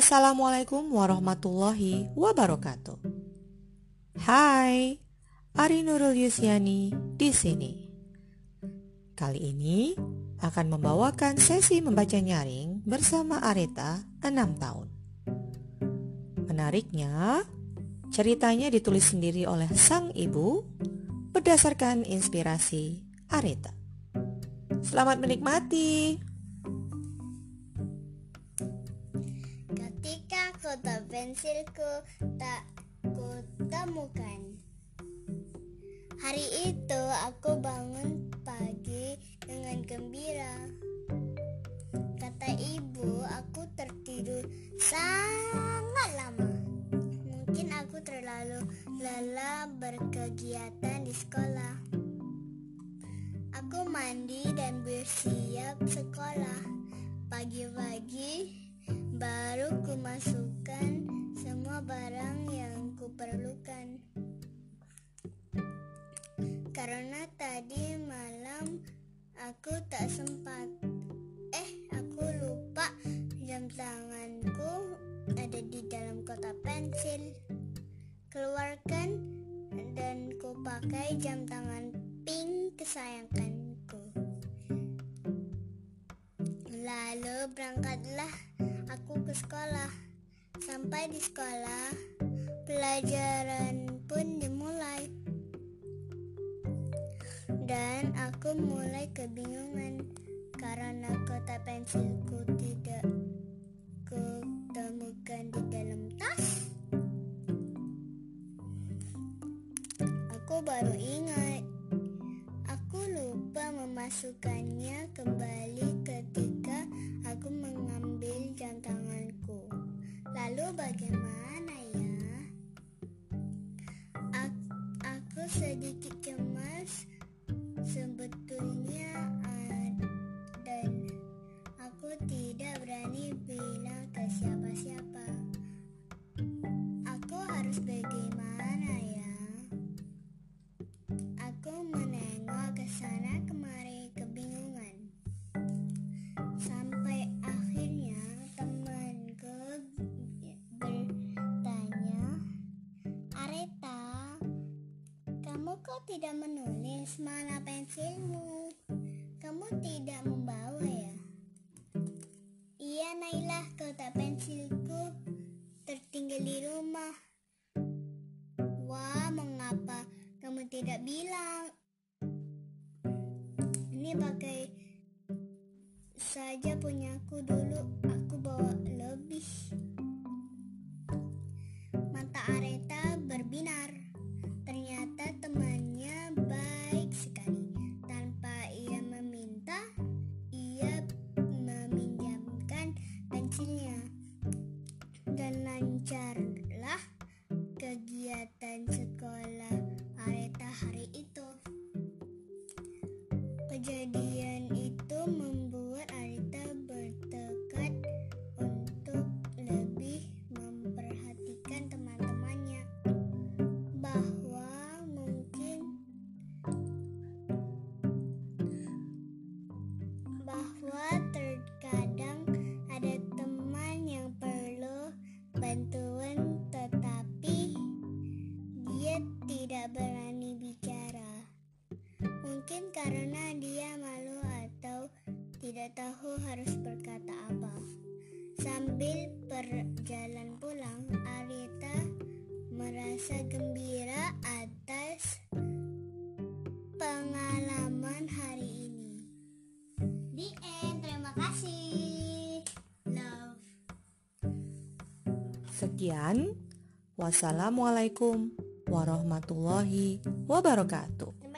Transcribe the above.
Assalamualaikum warahmatullahi wabarakatuh. Hai, Ari Nurul Yusyani di sini. Kali ini akan membawakan sesi membaca nyaring bersama Areta 6 tahun. Menariknya, ceritanya ditulis sendiri oleh sang ibu berdasarkan inspirasi Areta. Selamat menikmati. Ketika kotak pensilku tak kutemukan. Hari itu aku bangun pagi dengan gembira. Kata ibu, aku tertidur sangat lama. Mungkin aku terlalu lelah berkegiatan di sekolah. Aku mandi dan bersiap sekolah. Pagi-pagi baru kumasukkan semua barang yang kuperlukan. Karena tadi malam aku tak sempat. Aku lupa jam tanganku ada di dalam kotak pensil. Keluarkan dan kupakai jam tangan pink kesayanganku. Lalu berangkatlah aku ke sekolah. Sampai di sekolah, pelajaran pun dimulai. Dan aku mulai kebingungan karena kotak pensilku tidak kutemukan di dalam tas. Aku baru ingat, aku lupa memasukkannya kembali ketika aku mengambil jam tanganku. Lalu bagaimana ya? Aku sedikit cemas sebetulnya, dan aku tidak berani bilang ke siapa-siapa. Aku harus bagaimana ya? Aku menengok ke sana kemari kebingungan. Sampai akhirnya temanku bertanya, "Areta, kamu kok tidak menulis? Mana pensilmu? Kamu tidak membawa ya?" "Iya Nailah, kotak pensilku tertinggal di rumah." "Wah, mengapa kamu tidak bilang? Ini pakai saja punyaku dulu, aku bawa lebih." Mata Areta berbinar. Ternyata temannya baik sekali. Tanpa ia meminta, ia meminjamkan pensilnya. Dan lancarlah kegiatan sekolah Areta hari itu. Kejadian itu membuat Areta bertekad untuk lebih memperhatikan teman-temannya. Bahwa terkadang ada teman yang perlu bantuan tetapi dia tidak berani bicara. Mungkin karena dia malu atau tidak tahu harus berkata apa. Sambil berjalan pulang, Areta merasa gembira atas pengalaman hari ini. The end. Terima kasih. Love. Sekian, wassalamualaikum warahmatullahi wabarakatuh.